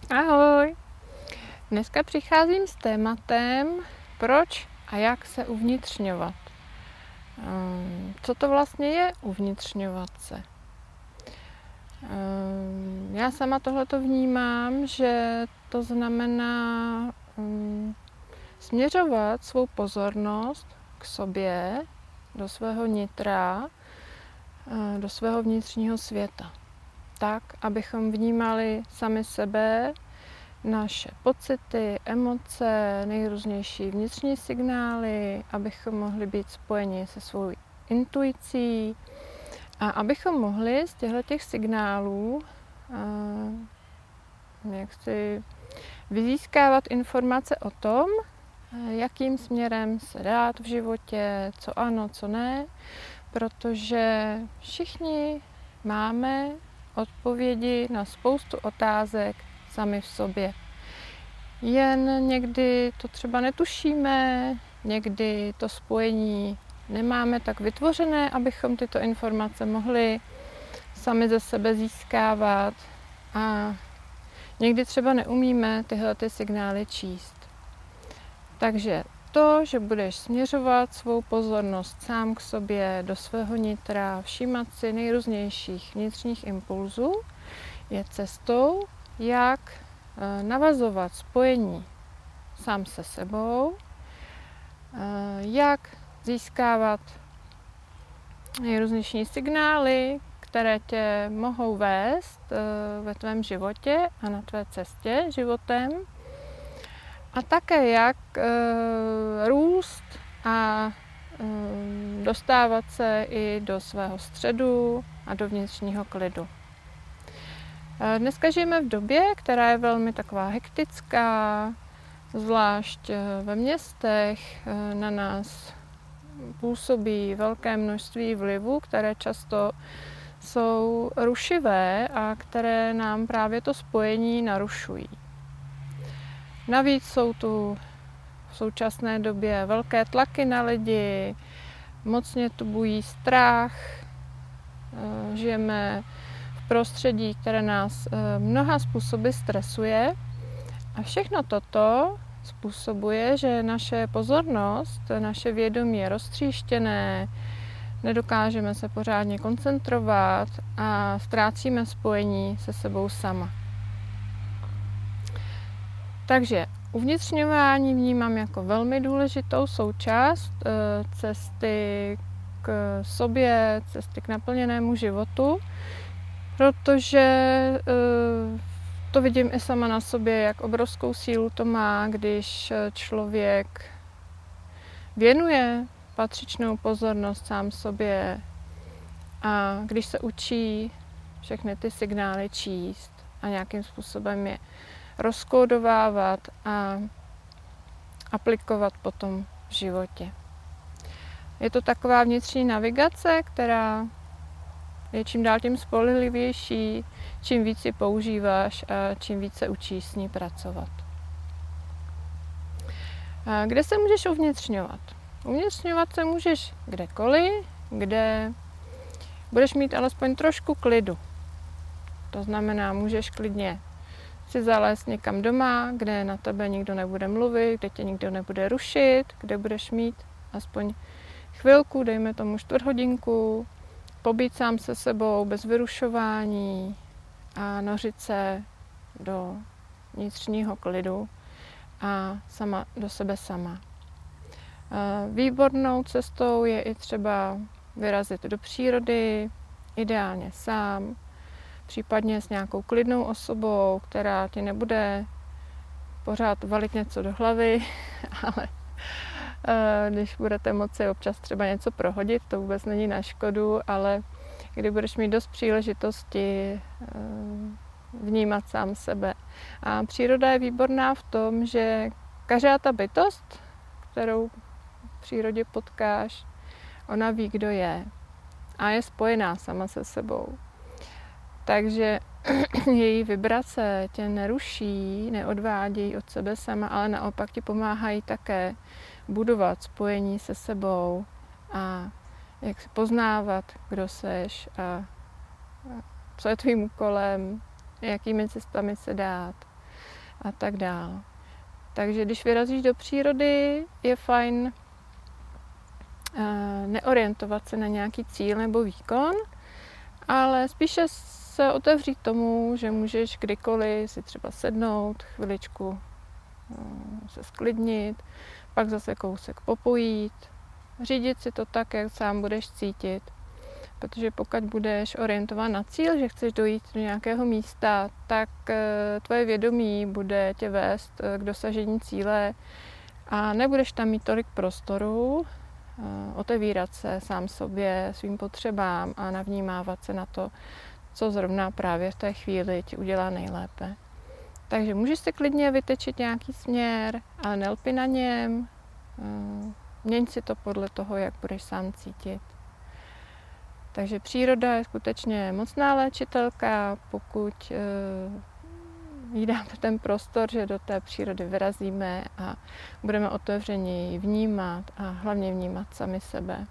Ahoj! Dneska přicházím s tématem, proč a jak se uvnitřňovat. Co to vlastně je uvnitřňovat se? Já sama tohleto vnímám, že to znamená směřovat svou pozornost k sobě, do svého nitra, do svého vnitřního světa. Tak, abychom vnímali sami sebe, naše pocity, emoce, nejrůznější vnitřní signály, abychom mohli být spojeni se svou intuicí a abychom mohli z těchto signálů vyzískávat informace o tom, jakým směrem se dát v životě, co ano, co ne, protože všichni máme odpovědi na spoustu otázek sami v sobě. Jen někdy to třeba netušíme, někdy to spojení nemáme tak vytvořené, abychom tyto informace mohli sami ze sebe získávat a někdy třeba neumíme tyhle signály číst. Takže to, že budeš směřovat svou pozornost sám k sobě, do svého nitra, všímat si nejrůznějších vnitřních impulzů, je cestou, jak navazovat spojení sám se sebou, jak získávat nejrůznější signály, které tě mohou vést ve tvém životě a na tvé cestě životem, a také jak růst a dostávat se i do svého středu a do vnitřního klidu. Dneska žijeme v době, která je velmi taková hektická, zvlášť ve městech na nás působí velké množství vlivů, které často jsou rušivé a které nám právě to spojení narušují. Navíc jsou tu v současné době velké tlaky na lidi, mocně tu bují strach, žijeme v prostředí, které nás mnoha způsoby stresuje a všechno toto způsobuje, že naše pozornost, naše vědomí je roztříštěné, nedokážeme se pořádně koncentrovat a ztrácíme spojení se sebou sama. Takže uvnitřňování vnímám jako velmi důležitou součást cesty k sobě, cesty k naplněnému životu, protože to vidím i sama na sobě, jak obrovskou sílu to má, když člověk věnuje patřičnou pozornost sám sobě a když se učí všechny ty signály číst a nějakým způsobem je rozkódovávat a aplikovat potom v životě. Je to taková vnitřní navigace, která je čím dál tím spolehlivější, čím víc ji používáš a čím víc se učíš s ní pracovat. A kde se můžeš uvnitřňovat? Uvnitřňovat se můžeš kdekoliv, kde budeš mít alespoň trošku klidu. To znamená, můžeš klidně si zalézt někam doma, kde na tebe nikdo nebude mluvit, kde tě nikdo nebude rušit, kde budeš mít aspoň chvilku, dejme tomu 4 hodinku, pobít sám se sebou bez vyrušování a nořit se do vnitřního klidu a do sebe sama. Výbornou cestou je i třeba vyrazit do přírody, ideálně sám, případně s nějakou klidnou osobou, která ti nebude pořád valit něco do hlavy, ale když budete moci občas třeba něco prohodit, to vůbec není na škodu, ale kdy budeš mít dost příležitosti vnímat sám sebe. A příroda je výborná v tom, že každá ta bytost, kterou v přírodě potkáš, ona ví, kdo je a je spojená sama se sebou. Takže její vibrace tě neruší, neodvádějí od sebe sama, ale naopak ti pomáhají také budovat spojení se sebou a jak si poznávat, kdo seš a co je tvým úkolem, jakými cestami se dát. a tak dále. Takže když vyrazíš do přírody, je fajn neorientovat se na nějaký cíl nebo výkon, ale spíše se otevřít tomu, že můžeš kdykoliv si třeba sednout, chviličku se sklidnit, pak zase kousek popojít, řídit si to tak, jak sám budeš cítit. Protože pokud budeš orientován na cíl, že chceš dojít do nějakého místa, tak tvoje vědomí bude tě vést k dosažení cíle a nebudeš tam mít tolik prostoru otevírat se sám sobě, svým potřebám a navnímávat se na to, co zrovna právě v té chvíli ti udělá nejlépe. Takže můžeš si klidně vytečit nějaký směr, ale nelpi na něm. Měň si to podle toho, jak budeš sám cítit. Takže příroda je skutečně mocná léčitelka, pokud jí dáme ten prostor, že do té přírody vyrazíme a budeme otevřeni ji vnímat a hlavně vnímat sami sebe.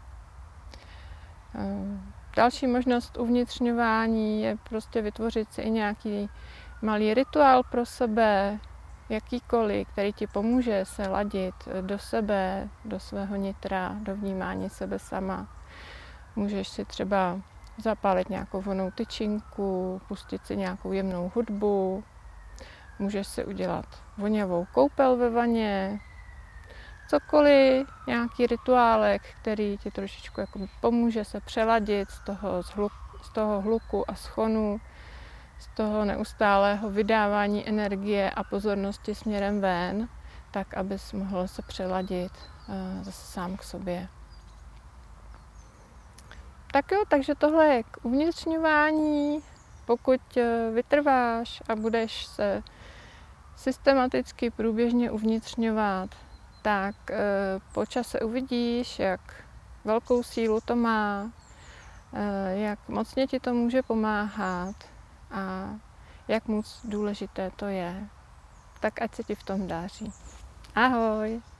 Další možnost uvnitřňování je prostě vytvořit si i nějaký malý rituál pro sebe, jakýkoliv, který ti pomůže se ladit do sebe, do svého nitra, do vnímání sebe sama. Můžeš si třeba zapálit nějakou vonnou tyčinku, pustit si nějakou jemnou hudbu, můžeš si udělat vonavou koupel ve vaně, cokoliv, nějaký rituálek, který ti trošičku pomůže se přeladit z toho hluku a schonu, z toho neustálého vydávání energie a pozornosti směrem ven, tak, abys mohl se přeladit zase sám k sobě. Tak jo, takže tohle je k uvnitřňování. Pokud vytrváš a budeš se systematicky průběžně uvnitřňovat, tak po čase uvidíš, jak velkou sílu to má, jak mocně ti to může pomáhat a jak moc důležité to je. Tak ať se ti v tom daří. Ahoj!